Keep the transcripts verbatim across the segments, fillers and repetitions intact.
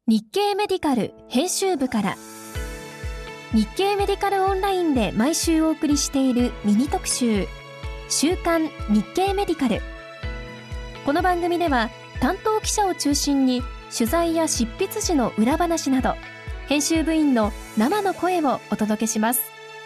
日経メディカル編集部から日経メディカルオンラインで毎週お送りしているミニ特集週刊日経メディカル。この番組では担当記者を中心に取材や執筆時の裏話など編集部員の生の声をお届けします。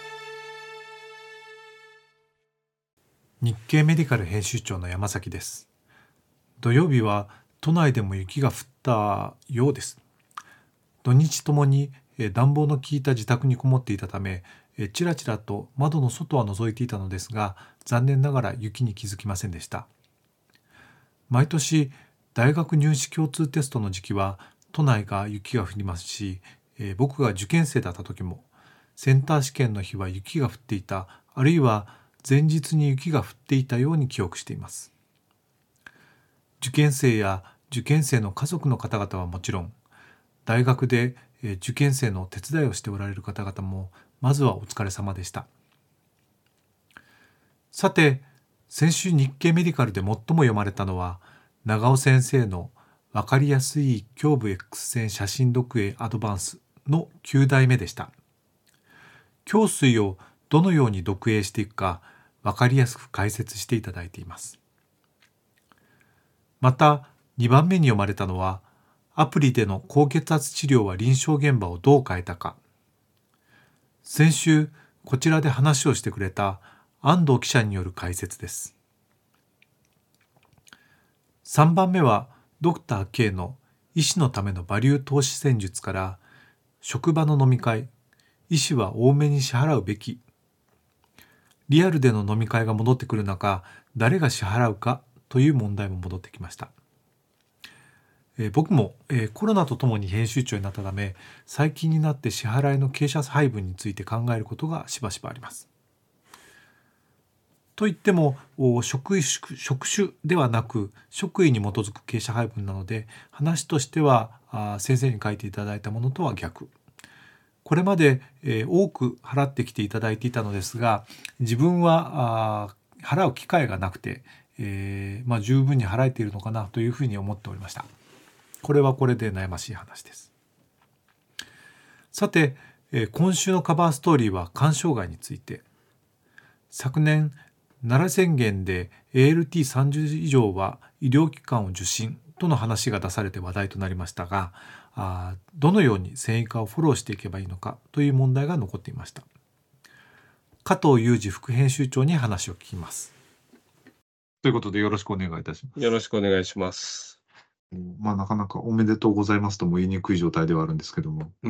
日経メディカル編集長の山崎です。土曜日は都内でも雪が降ったようです。土日ともに暖房の効いた自宅にこもっていたため、ちらちらと窓の外は覗いていたのですが、残念ながら雪に気づきませんでした。毎年大学入試共通テストの時期は都内が雪が降りますし、僕が受験生だった時もセンター試験の日は雪が降っていた、あるいは前日に雪が降っていたように記憶しています。受験生や受験生の家族の方々はもちろん、大学で受験生の手伝いをしておられる方々もまずはお疲れ様でした。さて、先週日経メディカルで最も読まれたのは長尾先生のわかりやすい胸部 X 線写真読影アドバンスのきゅうだいめでした。胸水をどのように読影していくかわかりやすく解説していただいています。またにばんめに読まれたのはアプリでの高血圧治療は臨床現場をどう変えたか。先週こちらで話をしてくれた安藤記者による解説です。さんばんめはドクター K の医師のためのバリュー投資戦術から職場の飲み会、医師は多めに支払うべき。リアルでの飲み会が戻ってくる中、誰が支払うかという問題も戻ってきました。えー、僕も、えー、コロナとともに編集長になったため、最近になって支払いの傾斜配分について考えることがしばしばあります。といっても職種、職種ではなく職位に基づく傾斜配分なので、話としてはあ先生に書いていただいたものとは逆。これまで、えー、多く払ってきていただいていたのですが、自分はあ払う機会がなくて、えーまあ、十分に払えているのかなというふうに思っておりました。これはこれで悩ましい話です。さて、えー、今週のカバーストーリーは肝障害について。昨年奈良宣言で エーエルティーさんじゅう 以上は医療機関を受診との話が出されて話題となりましたが、あどのように繊維化をフォローしていけばいいのかという問題が残っていました。加藤裕二副編集長に話を聞きます。ということでよろしくお願いいたします。 よろしくお願いします。 まあ、なかなかおめでとうございますとも言いにくい状態ではあるんですけども、 うん、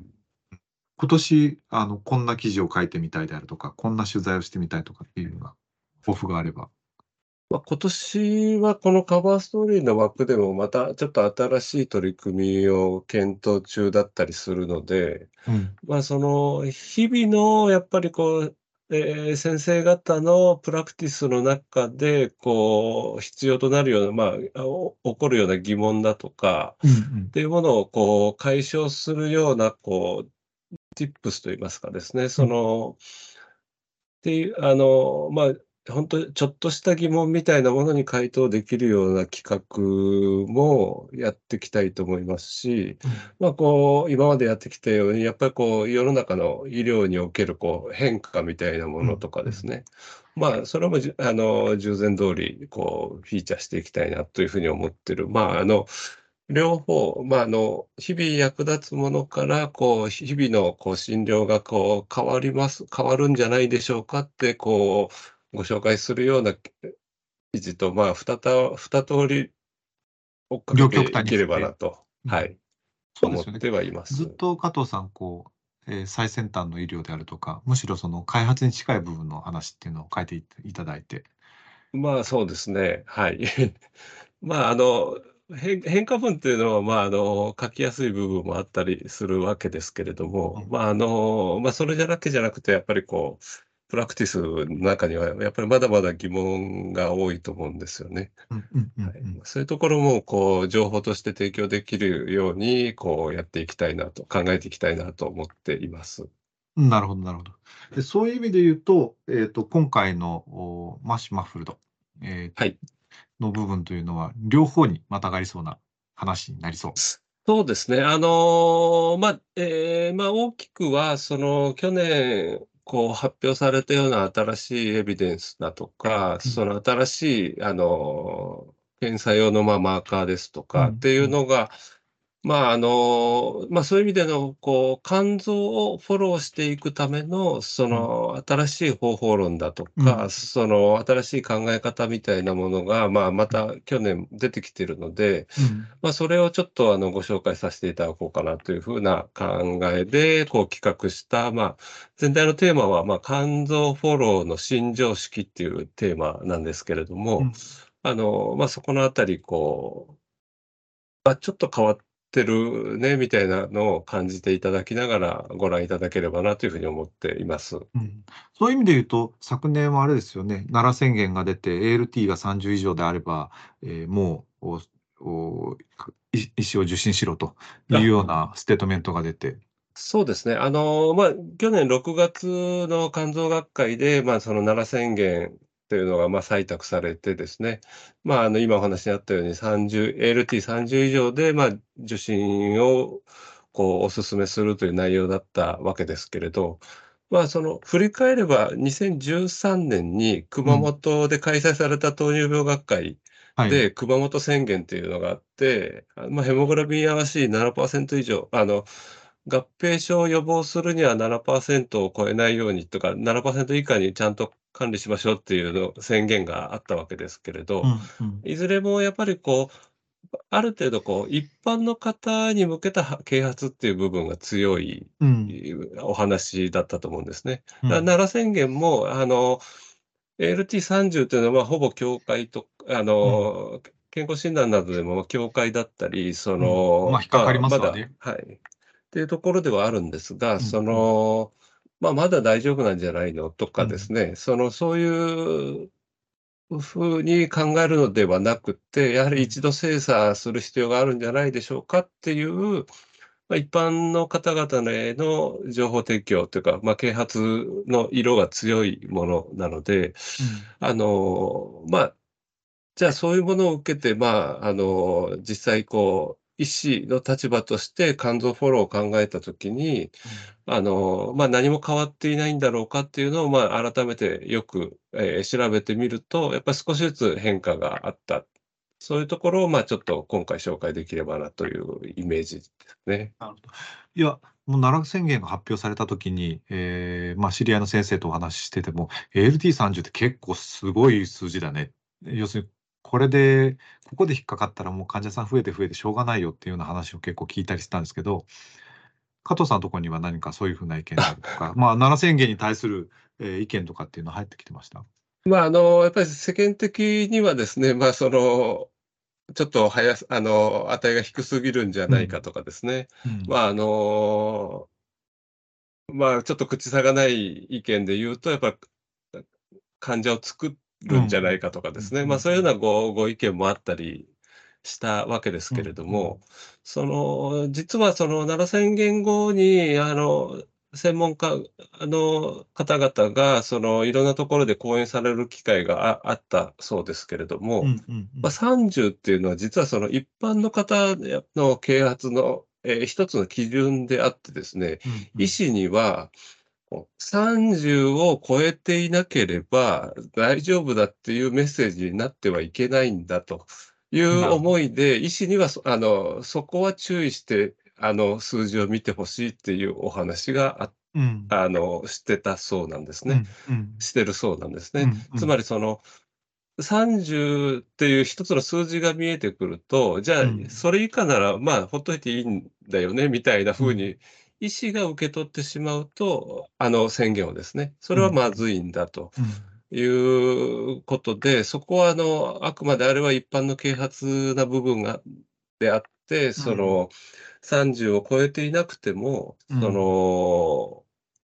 今年あのこんな記事を書いてみたいであるとか、こんな取材をしてみたいとかっていうのが抱負があれば。 まあ、今年はこのカバーストーリーの枠でもまたちょっと新しい取り組みを検討中だったりするので、 うん、 まあ、その日々のやっぱりこう、えー先生方のプラクティスの中でこう必要となるような、まあ、お起こるような疑問だとかうんうんっていうものをこう解消するようなこう tips といいますかですね、その、っていう、あの、まあ、本当にちょっとした疑問みたいなものに回答できるような企画もやっていきたいと思いますし、まあ、こう、今までやってきたように、やっぱりこう、世の中の医療におけるこう、変化みたいなものとかですね。まあ、それもじあの、従前通り、こう、フィーチャーしていきたいなというふうに思ってる。まあ、あの、両方、まあ、あの、日々役立つものから、こう、日々のこう診療がこう変わります変わるんじゃないでしょうかって、こう、ご紹介するような記事と、まあ、二た二通り追っかけ両極ていけれ端に振って、 ばなと、 うんはい、 そうですよね。 思ってはいまずっす。 と加藤さん、こう、えー最先端の医療であるとか、むしろその開発に近い部分の話っていうのを書いていいただいて、 まあ、そうですね、はい。まあ、あの、変変化分っていうのは、まあ、あの、書きやすい部分もあったりするわけですけれども、 うん、 まあ、あの、まあ、それじゃだけじゃなくて、やっぱりこう、プラクティスの中には、やっぱりまだまだ疑問が多いと思うんですよね。 うんうんうんはい。そういうところも、こう、情報として提供できるように、こう、やっていきたいなと、考えていきたいなと思っています。 うん、なるほどなるほど。で、そういう意味で言うと、えっと、今回のおマッシュマッフルド、えーはい。 の部分というのは、両方にまたがりそうな話になりそう。 そうですね。あの、まあ、ええ、まあ、大きくは、その、去年、こう、発表されたような新しいエビデンスだとか、 うん。 その新しい、あの、検査用の、まあ、マーカーですとうん。 かっていうん。 うのが、まあ、あの、まあ、そういう意味での、こう、肝臓をフォローしていくための、そうん。 の、新しい方法論だとか、 うん。 その、新しい考え方みたいなものが、まあ、また去年出てきているので、 うん。 まあ、それをちょっと、あの、ご紹介させていただこうかなというふうな考えで、こう、企画した、まあ、全体のテーマは、まあ、肝臓フォローの新常識っていうテーマなんですけれども、 うん。 あの、まあ、そこのあたり、こう、あ、ちょっと変わってるね、みたいなのを感じていただきながらご覧いただければなというふうに思っています。 うん。そういう意味で言うと、昨年はあれですよね、奈良宣言が出て、エーエルティー がさんじゅう以上であれば、えーもう、おおい医師を受診しろというあ、 ようなステートメントが出て。 そうですね。あの、まあ、去年ろくがつの肝臓学会で、まあ、その奈良宣言というのが、まあ、採択されてですね、まあ、あの、今お話にあったようにさんじゅう、エーエルティーさんじゅう 以上で、まあ、受診を、こう、お勧めするという内容だったわけですけれど、まあ、その、振り返れば、にせんじゅうさんねんに熊うん。 本で開催された糖尿病学会はい。 で、熊本宣言っていうのがあって、あ、まあ、ヘモグロビン アワシ ななパーセント以上、あの、合併症を予防するにはななパーセントを超えないようにとか、ななパーセント以下にちゃんと管理しましょうっていうの宣言があったわけですけれど、 うんうん。 いずれもやっぱりこう、ある程度こう、一般の方に向けたは啓発っていう部分が強い、 うん。 いお話だったと思うんですね。だからうん。 奈良宣言も、あの、エーエルティーさんじゅう というのは、ほぼ境界とあうん。 の、健康診断などでも境界だったり、そうん。まあ、 の、 引っかかりまあ、まだますわね。 はい。っていうところではあるんですが、そうんうん。 の、まあ、まだ大丈夫なんじゃないのとうん。 かですね、その、そういう風に考えるのではなくて、やはうん。 り一度精査する必要があるんじゃないでしょうかっていう、まあ、一般の方々への情報提供というか、まあ、啓発の色が強いものなので、 うん。 あの、まあ、じゃあ、そういうものを受けて、まあ、あの、実際こう、医師の立場として肝臓フォローを考えたときに、 うん。 あの、まあ、何も変わっていないんだろうかっていうのを、まあ、改めてよく、えー調べてみると、やっぱり少しずつ変化があった。そういうところを、まあ、ちょっと今回紹介できればなというイメージですね。 なるほど。いや、もう奈良宣言が発表された時に、ええ、まあ、知り合いの先生とお話ししてても、エーエルティーさんじゅう って結構すごい数字だね。要するに、これで、ここで引っかかったらもう患者さん増えて増えてしょうがないよっていうような話を結構聞いたりしたんですけど、加藤さんのところには何かそういうふうな意見であるとか、まあ、奈良宣言に対する、えー意見とかっていうのは入ってきてました？ まあ、あの、やっぱり世間的にはですね、まあ、その、ちょっとはやすあの、値が低すぎるんじゃうん、 ないかとかですね。 うん、 まあ、あのまあ、ちょっと口差がない意見で言うと、やっぱ、患者を作うん、 るんじゃないかとかうん、 ですね、まあ、 うん、 そういうようなごご意見もあったりしたわけですうん、 けれうん、うん、 ども、その、実はその奈良宣言後に、あの、専門家の方々が、その、いろんなところで講演される機会がああったそうですけれども、 うん、うん、うまあ、 ん、 さんじゅうっていうのは実はその一般の方の啓発の、えー一つの基準であってですね、 うん、うん、 医師にはこうさんじゅうを超えていなければ大丈夫だっていうメッセージになってはいけないんだというなるほど。 思いで、医師にはそあの、そこは注意して、あの、数字を見てほしいっていうお話があうん、 あの、してたそうなんですね。 うん、うん、 してるそうなんですね。 うん、うつん、 まりそのさんじゅうっていう一つの数字が見えてくると、じゃあ、 うん、 それ以下なら、まあ、ほっといていいんだよね、みたいなうん、 風に、医師が受け取ってしまうと、あの宣言をですね、それはうん、 まずいんだとうん、 いうことで、そこはあの、あくまであれは一般の啓発な部分がであって、 うん、 その、さんじゅうを超えていなくても、そうん、 の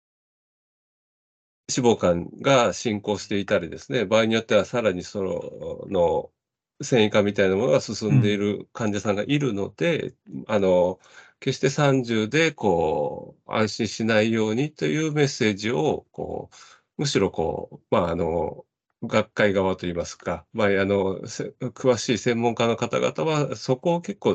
脂肪肝が進行していたりですね、場合によってはさらにそのの線維化みたいなものが進んでいうん、 る患者さんがいるので、あの、決してさんじゅうでこう、安心しないようにというメッセージを、こう、むしろこう、まあ、あの、学会側といいますか、まあ、あの、せ詳しい専門家の方々は、そこを結構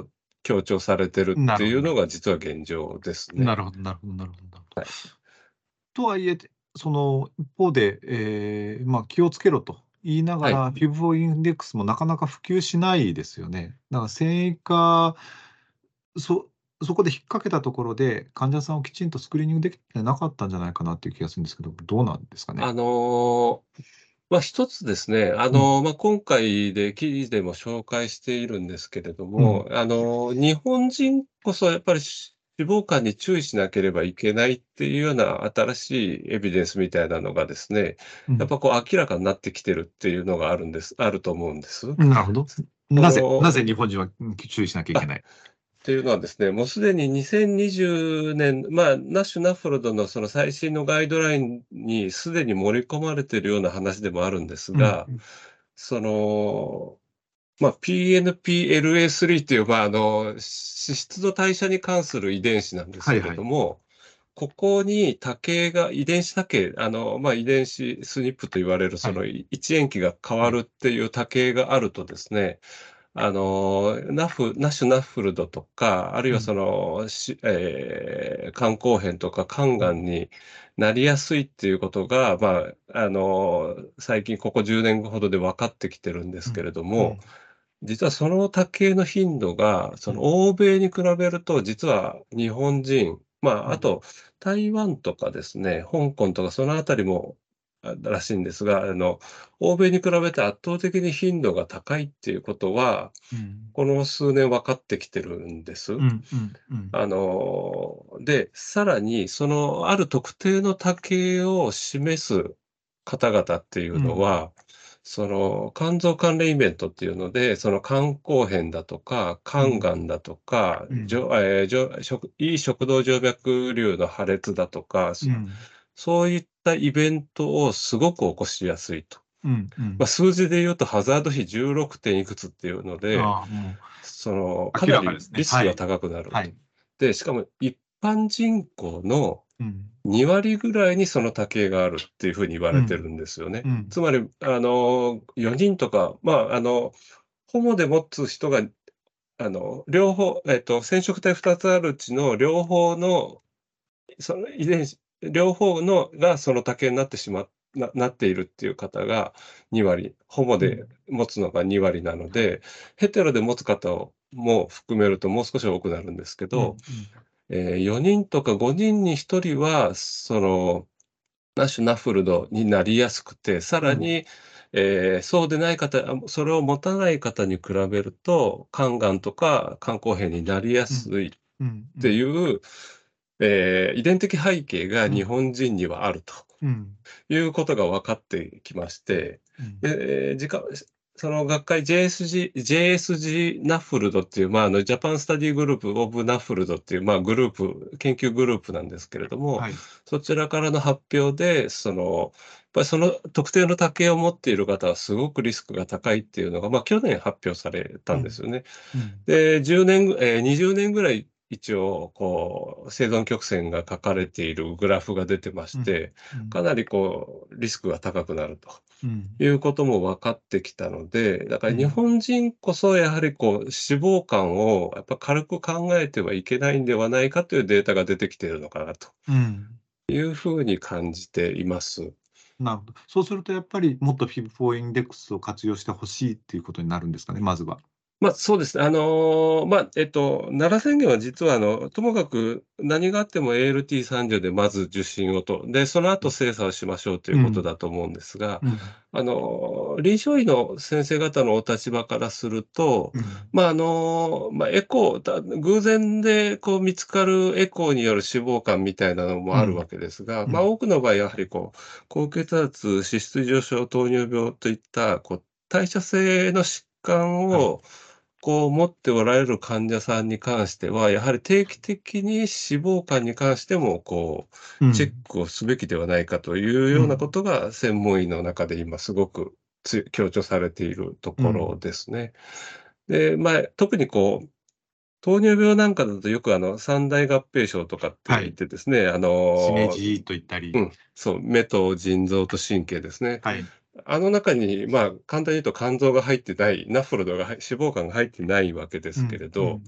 強調されてるっていうなるほど。 のが実は現状ですね。 なるほど、なるほど、なるほど、なるほど。 はい。 とはいえ、その一方で、えーまあ、気をつけろと言いながはい。 ら、フィブフォーインデックスもなかなか普及しないですよね。だから繊維化、そそこで引っ掛けたところで、患者さんをきちんとスクリーニングできてなかったんじゃないかなっていう気がするんですけど、どうなんですかね？ あの、ま、一つですね、あうん、 の、ま、今回で記事でも紹介しているんですけれどうん、 も、あの、日本人こそやっぱりし脂肪肝に注意しなければいけないっていうような新しいエビデンスみたいなのがですね、 うん。 やっぱこう明らかになってきてるっていうのがあるんですあると思うんです。 なるほど。 そなぜなぜの、 日本人は、うん、注意しなきゃいあ、 けない？ っていうのはですね、もうすでににせんにじゅうねん、まあ、ナッシュ・ナフォルドのその最新のガイドラインにすでに盛り込まれているような話でもあるんですうん、 が、その、まあ、ピーエヌピーエルエースリー っていう、まあ、あの、脂質の代謝に関する遺伝子なんですけれはいはい。 ども、ここに多形が遺伝子多形、あの、まあ、遺伝子スニップと言われるそはい、 のい一塩基が変わはい。 るっていう多形があるとですね、あの、ナフナッシュナフルドとか、あるいはそうん、 の、しえー肝硬変とか肝うん、 がんになりやすいっていうことが、まあ、あの、最近ここじゅうねんほどで分かってきてるんですけうん、 れども、 うん、 実はその多形の頻度が、そのうん、 欧米に比べると、実は日本人、まあ、あうん、 と台湾とかですね、香港とかそのあたりも、あらしいんですが、あの、欧米に比べて圧倒的に頻度が高いっていうことは、 うん、 この数年分かってきてるんです。 うん、うん、うん、 あの、で、さらにそのある特定の多形を示す方々っていうのうん、 は、その肝臓関連イベントっていうので、その肝硬変だとか、肝がんだとか、 うん、 じょえーじょ食いい食道静脈瘤の破裂だとか、そうん、 そういったイベントをすごく起こしやすいと。 うん、うまあ、 ん。 数字で言うとハザード比じゅうろくてんいくつっていうので、 ああ、もその、 うかなり明らかですね。 リスクがはい。 高くなると。 はい。 で、しかも一般人口のうん、 に割ぐらいにその多形があるっていうふうに言わうん、 れてるんですよね。 うん、 つまり、あの、よにんとか、まあ、あの、ホモで持つ人が、あの、両方、えっと、染色体ふたつあるうちの両方の、その遺伝子両方のがその多形になってしまっななっているっていう方がに割、ホモうん、 で持つのがに割なのはい。 で、ヘテロで持つ方をも含めるともう少し多くなるんですけど、 うん、うん、 えー、よにんとかごにんにひとりは、その、ナッシュナフルドになりやすくて、さうん、 らに、えーそうでない方、あ、それを持たない方に比べると、肝がんとか肝硬変になりやうん、 すいっうん、うてん、 いう、えー遺伝的背景が日うん、 本人にはあると。 うん、 いうことが分かってきまして、 うん、 で、えーじかその学会 ジェイエスジー、ジェイエスジー ナフルドっていう、まあ、あの、ジャパンスタディグループオブナフルドっていう、まあ、グループ、研究グループなんですけれども、 はい。 そちらからの発表で、その、やっぱりその特定の多形を持っている方はすごくリスクが高いっていうのが、まあ、去年発表されたうん、 んですよね。 うん、 で、じゅうねんぐえーにじゅうねんぐらい一応、こう、生存曲線が書かれているグラフが出てましうん、 て、 うん、 かなりこう、リスクが高くなるとうん、 いうことも分かってきたので、だから日うん、 本人こそやはりこう、脂肪肝をやっぱ軽く考えてはいけないんではないかというデータが出てきているのかなとうん。 いうふうに感じています。 なるほど。そうするとやっぱりもっと フィブフォー インデックスを活用してほしいっていうことになるんですかね、まずは。 まあ、そうですね。あの、まあ、えっと、奈良宣言は実はあの、ともかく何があっても エーエルティーさんじゅう でまず受診をと、で、その後精査をしましょうということうん、 だと思うんですが、 うん、 あの、臨床医の先生方のお立場からすると、 うん、 まあ、あの、まあ、エコー、だ偶然でこう見つかるエコーによる脂肪肝みたいなのもあるわうん、 けですが、まあ、 うん、 多くの場合やはりこう、高血圧、脂質異常症、糖尿病といった、こう、代謝性の疾患はい。 をこう持っておられる患者さんに関しては、やはり定期的に脂肪肝に関しても、こう、チェッうん、 クをすべきではないかというようなこうん、 とが、専門医の中で今すごくつ強調されているところうん、 ですね。で、まあ、特にこう、糖尿病なんかだとよくあの、三大合併症とかって言っはい。 てですね、あしめの、 じと言ったり、 うん、そう、目と腎臓と神経ですね。 はい。 あの中に、まあ、簡単に言うと肝臓が入ってない、ナフロドが、はい脂肪肝が入ってないわけですけうん、 れど、 うん、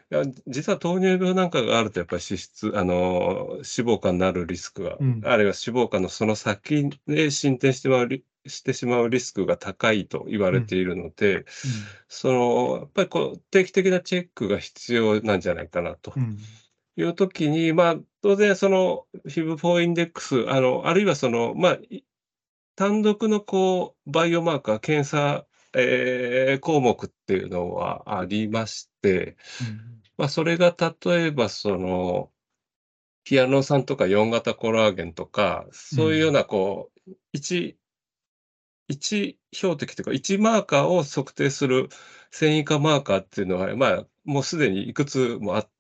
いや、実は糖尿病なんかがあるとやっぱり脂質あの、脂肪肝になるリスクが、 うん。 あるいは脂肪肝のその先で進展してまうリしてしまうリスクが高いと言わうん。 れているので、 うん。 その、やっぱりこう、定期的なチェックが必要なんじゃないかなとうん。 いう時に、まあ、当然その フィブフォー インデックス、あの、あるいはその、まあ、い単独のこう、バイオマーカー、検査、えー項目っていうのはありまして、 うん。 まあ、それが例えばその、ヒアルロン酸とかよん型コラーゲンとか、そういうようなこう、一一標的というか、いちマーカーを測定する繊維化マーカーっていうのは、まあ、もうすでにいくつもあって、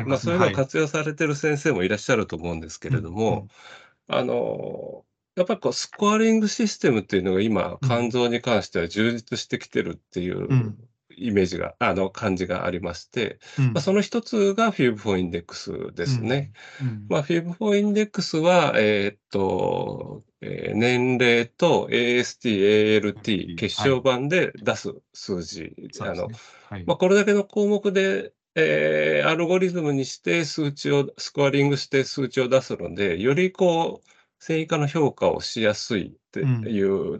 まあ、 ありますね。 そういうのをはい。 活用されてる先生もいらっしゃると思うんですけうん。 れども、 うん。 あの、やっぱりこうスコアリングシステムっていうのが今、 うん。 肝臓に関しては充実してきてるっていううん。 イメージが、あの、感じがありまして、まあ、 うん。 その一つがフィーブフォーインデックスでうん。 すね。 うん。 まあ、フィーブフォーインデックスは、えーっと、えー年齢と エーエスティー、エーエルティー、血はい。 小板で出す数字。あの、 そうですね。はい。 まあ、これだけの項目で、えーアルゴリズムにして数値をスコアリングして数値を出すので、よりこう、繊維化の評価をしやすいってうん。 いう、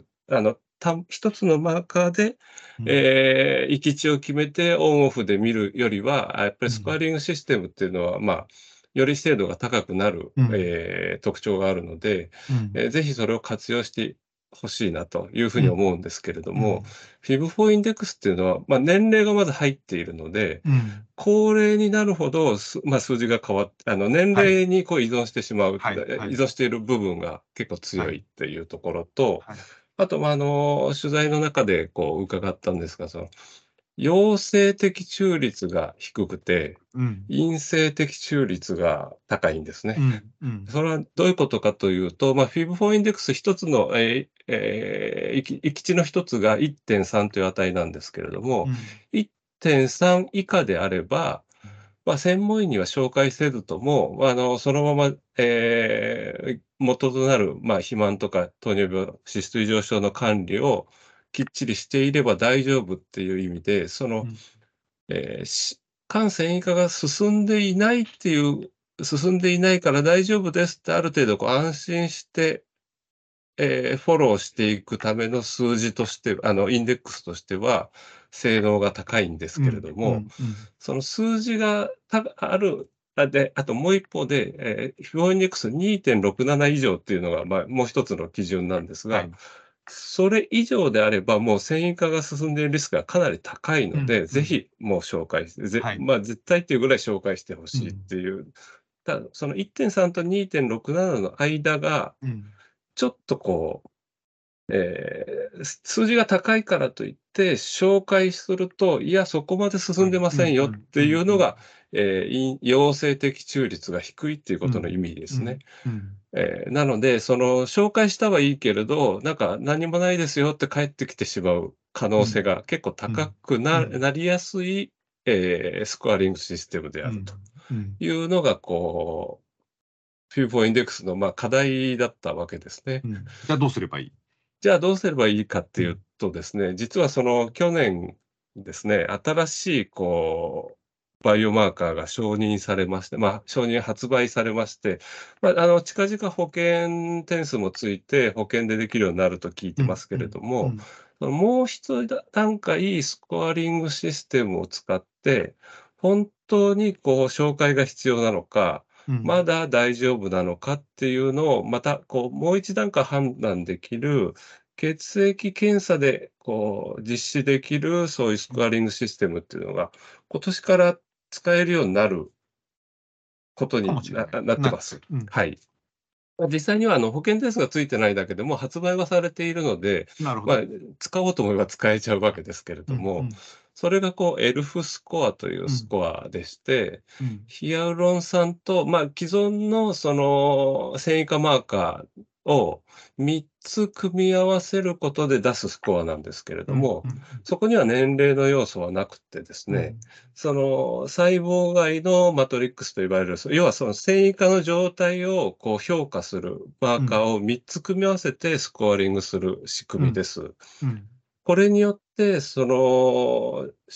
あの、た一つのマーカーで、 うん。 えー域値を決めてオンオフで見るよりは、あやっぱりスコアうん。 リングシステムっていうのは、まあ、より精度が高くなる、 うん。 えー特徴があるので、 うん。 えーぜひそれを活用して欲しいなというふううん。 に思うんですけれども、 うん。 フィブフォーインデックスっていうのは、まあ、年齢がまず入っているので、 うん。 高齢になるほど、すまあ、数字が変わって、あの、年はい。 齢にこう依存してしまう、 はい。はい。 依存している部分が結構強いはい。 っていうところと、 はい。 あと、まあ、あの、取材の中でこう伺ったんですが、その、陽性的中率が低くて、 うん。 陰性的中率が高いんですね。 うん。うん。 それはどういうことかというと、まあ、フィブフォーインデックス一つの、えーえー、域域値の一つがいってんさんという値なんですけれども、 うん。 いってんさん以下であれば、まあ、専門医には紹介せずとも、まああの、そのまま、えー元となる、まあ、肥満とか糖尿病、脂質異常症の管理をきっちりしていれば大丈夫っていう意味で、その、 うん。 えーし肝繊維化が進んでいないっていう、進んでいないから大丈夫ですってある程度こう安心して、えーフォローしていくための数字として、あの、インデックスとしては、性能が高いんですけれうん。 ども、 うん。うん。 その数字がたある、あ、で、あともう一方で、えー、フィボインデックスにてんろくなな以上っていうのが、まあ、もう一つの基準なんですが、 はい。 それ以上であれば、もう繊維化が進んでいるリスクがかなり高いうん。 ので、 うん。 ぜひもう紹介して、ぜはい。 まあ、絶対っていうぐらい紹介してほしいっうん。 ていう。ただ、そのいってんさんとにてんろくななの間が、 うん。 ちょっとこう、えーす数字が高いからといって、紹介すると、いや、そこまで進はい。 んでまうん。 せんよっうん。 てうん。うん。 いうのが、えーい陽性的中率が低いっていうことの意味ですね。 うん。うん。 えーなので、その、紹介したはいいけれど、なんか何もないですよって返ってきてしまう可能性うん。 が結構うん。 高くなうん。 なりやすい、えースコアリングシステムであるとうん。うん。 いうのが、こう、フィーフォーインデックスの、まあ、課題だったわけですね。 うん。じゃあどうすればいい？ じゃあどうすればいいかっていううん。 とですね、実はその去年ですね、新しいこう、バイオマーカーが承認されまして、まあ、承認発売されまして、まあ、あの、近々保険点数もついて、保険でできるようになると聞いてうん。 ますけれうん。 ども、 うん。 そのもう一段階スコアリングシステムを使って、本当にこう紹介が必要なのか、まうん。 だ大丈夫なのかっていうのを、またこう、もう一段階判断できる血液検査でこう実施できる、そういうスコアリングシステムっていうのが、今年から使えるようになることかにもしれない。 ななってなる。 ます。 うん。 はい。ま、実際にはあの保険点数がついてないだけでもう発売はされているので、まあ、 なるほど。 使おうと思えば使えちゃうわけですけれうん。うども、 ん。 それがこうエルフスコアといううん。 スコアでして、 うん。 ヒアルロン酸と、まあ、既存のその繊維化マーカーをみっつ組み合わせることで出すスコアなんですけれうん。 ども、 うん。 そこには年齢の要素はなくてですね、 うん。 その細胞外のマトリックスと呼ばれる、そ要はその繊維化の状態をこう評価するマーうん。 カーをみっつ組み合わせてスコアリングする仕うん。 組みです。 うん。 これによって、その、し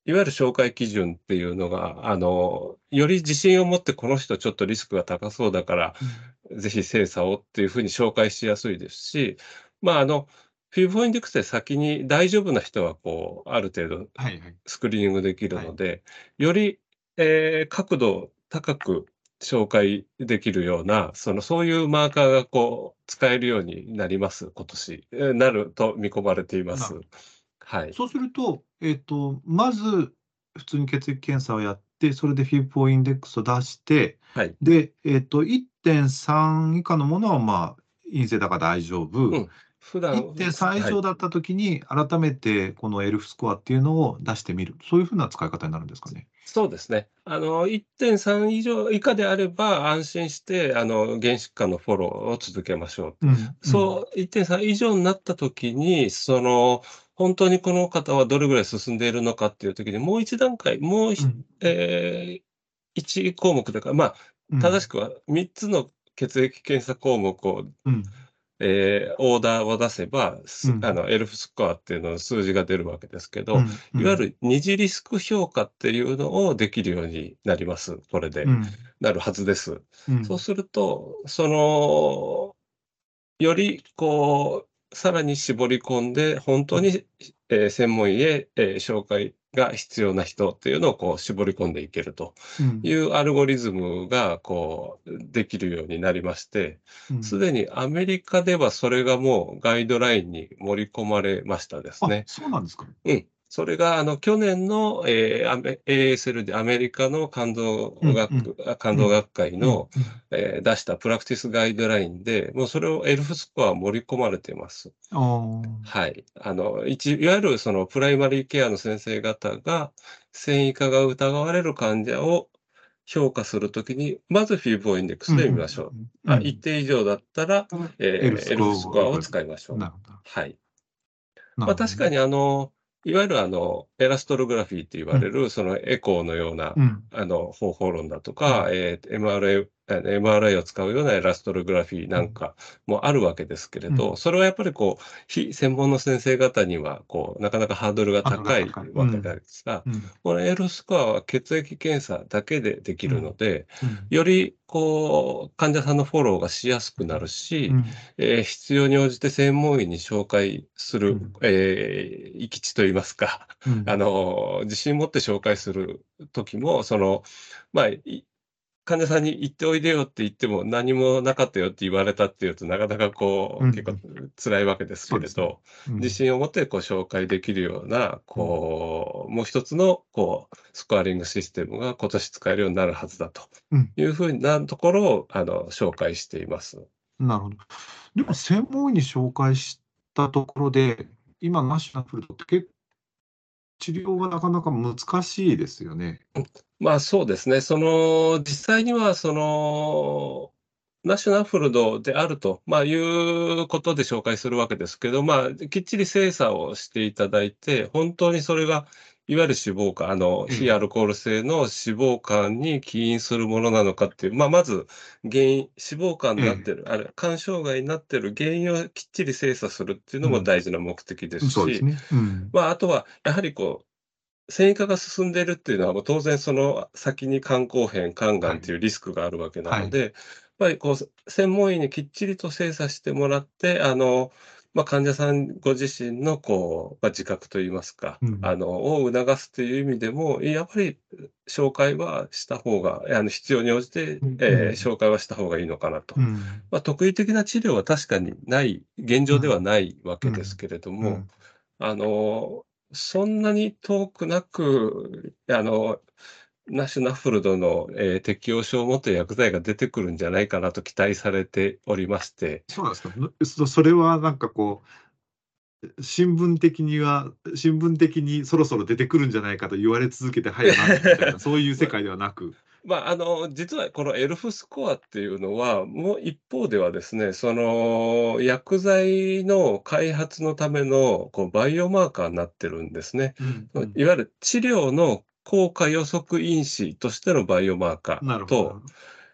いわゆる紹介基準っていうのが、あの、より自信を持ってこの人ちょっとリスクが高そうだから、 うん。 ぜひ精査をっていうふうに紹介しやすいですし、まあ、あの、フィーボインデックスで先に大丈夫な人はこう、ある程度はいはい。 スクリーニングできるはい。 ので、より、えー角度高く紹介できるような、その、そういうマーカーがこう、使えるようになります、今年。えーなると見込まれています。 なるほど。 はい。 そうすると、えっと、まず、普通に血液検査をやって、それでフィーポインデックスを出して、 はい。 で、えっと、いってんさん以下のものは、まあ、陰性だから大丈夫。 うん。普段、ふすいってんさん以はい。 上だった時に、改めてこのエルフスコアっていうのを出してみる。そういう風な使い方になるんですかね？ そうですね。あの、いってんさん以上以下であれば、安心して、あの、原疾患のフォローを続けましょう。 うん、うん、 そう、いってんさん以上になった時に、その、本当にこの方はどれぐらい進んでいるのかっていう時に、もう一段階、もうひうん、 ええ、いち項目というか、まあ、 うん、 正しくはみっつの血液検査項目をうん、 えーオーダーを出せば、すあうん、 の、エルフスコアっていうのの数字が出るわけですけど、 うん、うん、 いわゆる二次リスク評価っていうのをできるようになります。これで。 うん、 なるはずです。 うん、 そうすると、その、よりこう、さらに絞り込んで、本当に、えー専門医へ、えー紹介が必要な人っていうのをこう絞り込んでいけるとうん、 いうアルゴリズムがこう、できるようになりまして、 うん。 すでにアメリカではそれがもうガイドラインに盛り込まれましたですあ、 ね。 そうなんですか。 うん。それが、あの、去年の、えーアメ エーエスエル でアメリカの肝臓うん、うん、 学あ肝うん、 臓学会うん、 の、 うん。 えー出したプラクティスガイドラインで、もうそれをエルフスコア盛り込まれています。 ああ、 はい。あの、一いわゆるそのプライマリーケアの先生方が、繊維化が疑われる患者を評価するときに、まずフィーボーインデックスうん、うん、 で見ましょう。 うん、うあ、一ん。 定以上だったら、 エルフえーエルフスコアスコアをを使いましょう。 なるほど。 はい。まあ、 なるほどね。 確かにあの、いわゆるあの、エラストログラフィーって言うん、 われる、そのエコーのような、 うん、 あの、方法論だとか、 うん、 えー エムアールアイ、あの エムアールアイ を使うようなエラストログラフィーうん、 なんかもあるわけですけれど、 うん。 それはやっぱりこう、非専門の先生方には、こう、なかなかハードルがハードルが高い高い。うわけん、 ですが、 うん、 このエルスコアは血液検査だけでできうん、 るので、 うん、 よりこう、患者さんのフォローがしやすくなるし、 うん、 えー必要に応じて専門医に紹介する、 うん、 えー、行き地といいますか、あうん、 の、自信持って紹介する時も、その、まあ、い患者さんに行っておいでよって言っても、何もなかったよって言われたっていうと、なかなかこう、 うん、 結構辛いわけですそうですね。 けれど、自うん、 信を持ってこう紹介できるような、 うん、 こう、もう一つのこう、スコアリングシステムが今年使えるようになるはずだとうん、 いうふうなところを、あの、紹介しています。 なるほど。でも専門医に紹介したところで、今ナショナルって結構治療はなかなか難しいですよね。 まあ、そうですね。その、実際には、その、ナショナルフルドであると、まあ、いうことで紹介するわけですけど、まあ、きっちり精査をしていただいて、本当にそれが、いわゆる脂肪肝、あの、 ええ、 非アルコール性の脂肪肝に起因するものなのかっていう、まあ、まず、原因、脂肪肝にええ、 なってる、ある、肝障害になってる原因をきっちり精査するっていうのもうん、 大事な目的ですし、 そうですね。うん、 まあ、あとは、やはりこう、繊維化が進んでいるっていうのは、もう当然その先に肝硬変、肝がはい、 んっていうリスクがあるわけなはい。 ので、やっぱりこう、専門医にきっちりと精査してもらって、あの、まあ、患者さんご自身のこう、まあ、自覚といいますか、 うん、 あの、を促すという意味でも、やっぱり紹介はした方が、あの、必要に応じて、 うん、うえーん、 紹介はした方がいいのかなと。 うん、 まあ、特異的な治療は確かにない、現状ではうん、 ないわうん、 けですけれども、 うん。 あの、そんなに遠くなく、あの、ナショナフルドの、えー適応症を持った薬剤が出てくるんじゃないかなと期待されておりまして、 そうなんですか。ぬそそれはなんかこう、新聞的には新聞的にそろそろ出てくるんじゃないかと言われ続けて、はやなんだみたいな、そういう世ま界ではなく。 まあ、あの、実はこのエルフスコアっていうのは、もう一方ではですね、その、薬剤の開発のための、こう、バイオマーカーになってるんですね。 うん、うん。 いわゆる治療の効果予測因子としてのバイオマーカなるーと、 ほどなるほど。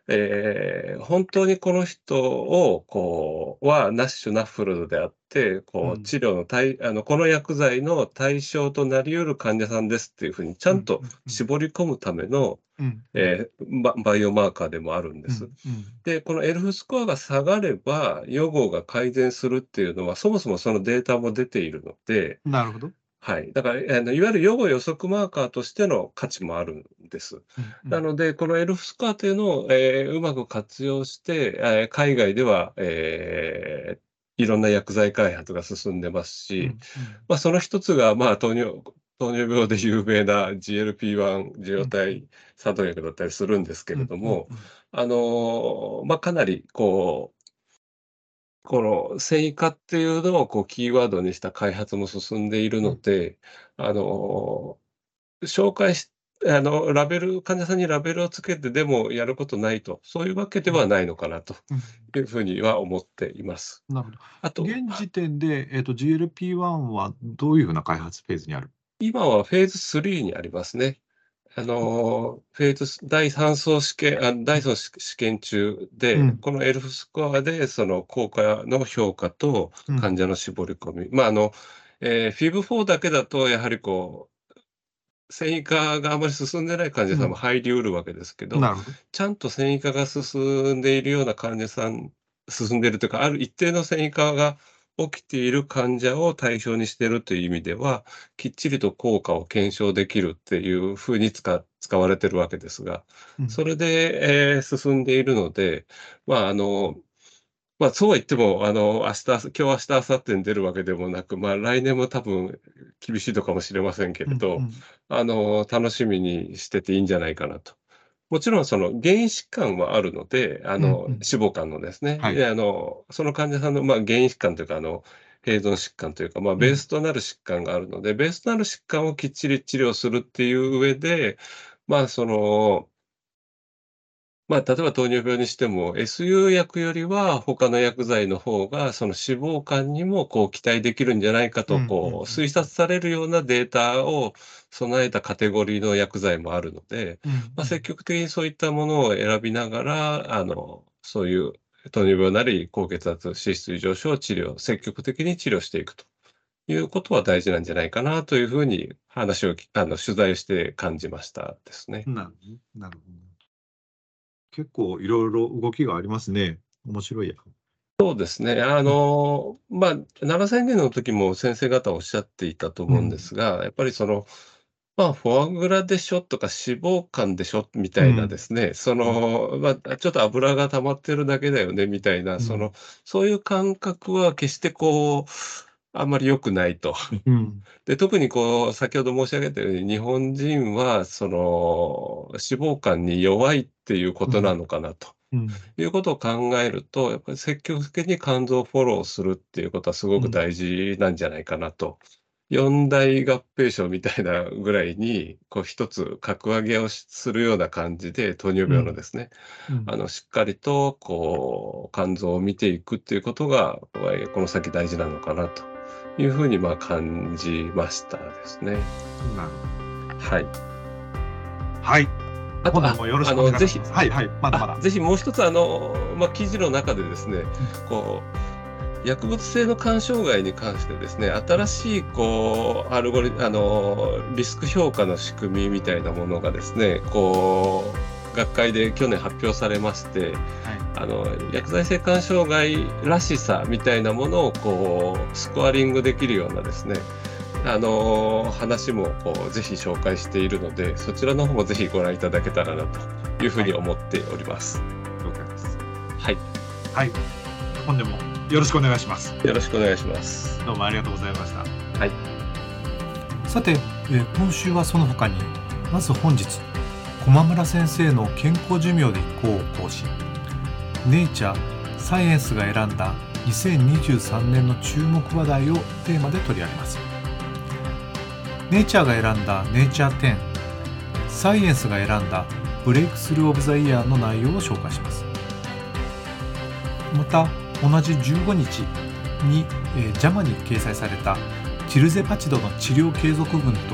えー本当にこの人をこうはナッシュナッフルドであって、こううん治療の対あのこの薬剤の対象となり得る患者さんですっていうふうにちゃんとうんうん絞り込むための、 うんえーババイオマーカーでもあるんでうす。 んうんで、このエルフスコアが下がれば、予後が改善するっていうのは、そもそもそのデータも出ているので、 なるほど。 はい。だから、あの、いわゆる予後予測マーカーとしての価値もあるんです。 うんうんなので、このエルフスコアというのを、えーうまく活用して、えー海外では、えーいろんな薬剤開発が進んでますうんし、 うんまあ、その一つが、まあ、糖尿糖尿病で有名な ジーエルピーワン 受容体作動薬だったりするんですけうんれども、 うんあの、まあ、かなりこう、この繊維化っていうのをこうキーワードにした開発も進んでいるので、あの、紹介しあの、ラベル患者さんにラベルをつけてでもやることないと、そういうわけではないのかなとうんいうふうには思っています。 なるほど。 あと、 現時点で、えっと、ジーエルピーワン はどういうふうな開発フェーズにある？ 今はフェーズスリーにありますね。あの、フェーズだいさん相試験あ、だいさん試試験中で、 うんこのエルフスコアでその効果の評価とうん患者の絞り込み。まあ、あの、えー、フィブフォー だけだとやはりこう、繊維化があまり進んでない患者さんも入りうるわけですけど、 なるほど。 ちゃんと繊維化が進んでいるような患者さん進んでいるというか、ある一定の繊維化が起きている患者を対象にしているという意味では、きっちりと効果を検証できるっていうふうに使使われているわけですが、 うんそれで、えー進んでいるので、まあ、あの、まあ、そうは言っても、あの、明日、今日、明日、明後日に出るわけでもなく、まあ、来年も多分厳しいのかもしれませんけれど、 うんうんあの、楽しみにしてていいんじゃないかなと。もちろんその原因疾患はあるので、あの、 うんうん脂肪肝のですね。 はいで、あの、その患者さんの、まあ、原因疾患というか、あの、併存疾患というか、まあ、ベースとなる疾患があるので、ベースとなる疾患をきっちり治療するっていう上で、まあ、その、まあ、例えば糖尿病にしても、エスユー 薬よりは他の薬剤の方が、その脂肪肝にもこう期待できるんじゃないかと、 うんうんうんこう推察されるようなデータを備えたカテゴリーの薬剤もあるので、 うんまあ、積極的にそういったものを選びながら、あの、そういう糖尿病なり高血圧、脂質異常症を治療、積極的に治療していくということは大事なんじゃないかなというふうに話をきあの、取材して感じましたですね。 うんなるほどね。なるほど。結構いろいろ動きがありますね。面白いや。 そうですね。あの、まあ、奈良宣言の時も先生方おっしゃっていたと思うんですが、やっぱりその、まあ、フォアグラでしょとか脂肪肝でしょみたいなですね、その、まあ、ちょっと油が溜まってるだけだよねみたいな、 うんその、そういう感覚は決してこう、あんまり良くないと。 うんで、特にこう、先ほど申し上げたように、日本人は、その、脂肪肝に弱いっていうことなのかなと。 うんいうことを考えると、やっぱり積極的に肝臓をフォローするっていうことはすごく大事なんじゃないかなと。四大合併症みたいなぐらいに、こう一つ格上げをしするような感じで、糖尿病のですね、 うんあの、しっかりと、こう、肝臓を見ていくっていうことが、この先大事なのかなというふうに、まあ、感じましたですね。 なるはい。 ほど。はい。 あと、あ今度もよろしくお願いします。 あのぜひはいはい。まだまだ。 あぜひもう一つ、あの、まあ、記事の中でですね、こう、薬物性の肝障害に関してですね、新しい、こう、アルゴリあの、リスク評価の仕組みみたいなものがですね、こう、学会で去年発表されまして、 はい。 あの、薬剤性肝障害らしさみたいなものを、こう、スコアリングできるようなですね、あの話もこうぜひ紹介しているので、そちらの方もぜひご覧いただけたらなというふうに思っております。 了解です。 はい。 はい。本年もよろしくお願いします。 よろしくお願いします。 どうもありがとうございました。 はい。 さて、えー今週はその他に、まず本日、駒村先生の健康寿命で一行を更新。ネイチャー・サイエンスが選んだにせんにじゅうさんねんの注目話題をテーマで取り上げます。ネイチャーが選んだネイチャーテン、サイエンスが選んだブレイクスルーオブザイヤーの内容を紹介します。また同じじゅうごにちに、えー、ジャマに掲載されたチルゼパチドの治療継続群と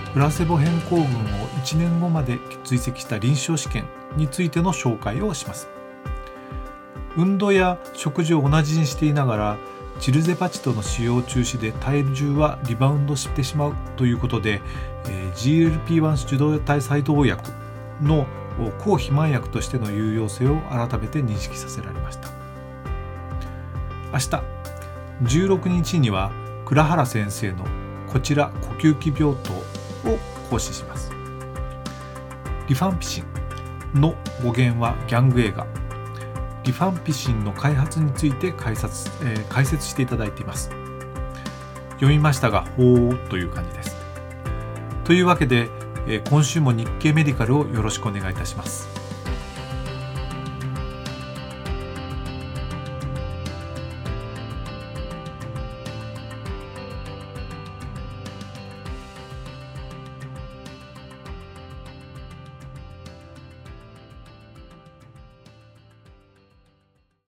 プラセボ変更群をいちねんごまで追跡した臨床試験についての紹介をします。運動や食事を同じにしていながらチルゼパチドの使用中止で体重はリバウンドしてしまうということで、えー、ジーエルピーワン 受動体細胞薬の抗肥満薬としての有用性を改めて認識させられました。明日じゅうろくにちには倉原先生のこちら呼吸器病棟を講師します。リファンピシンの語源はギャング映画リファンピシンの開発について解説、えー、解説していただいています。読みましたがほーという感じです。というわけで、えー、今週も日経メディカルをよろしくお願いいたします。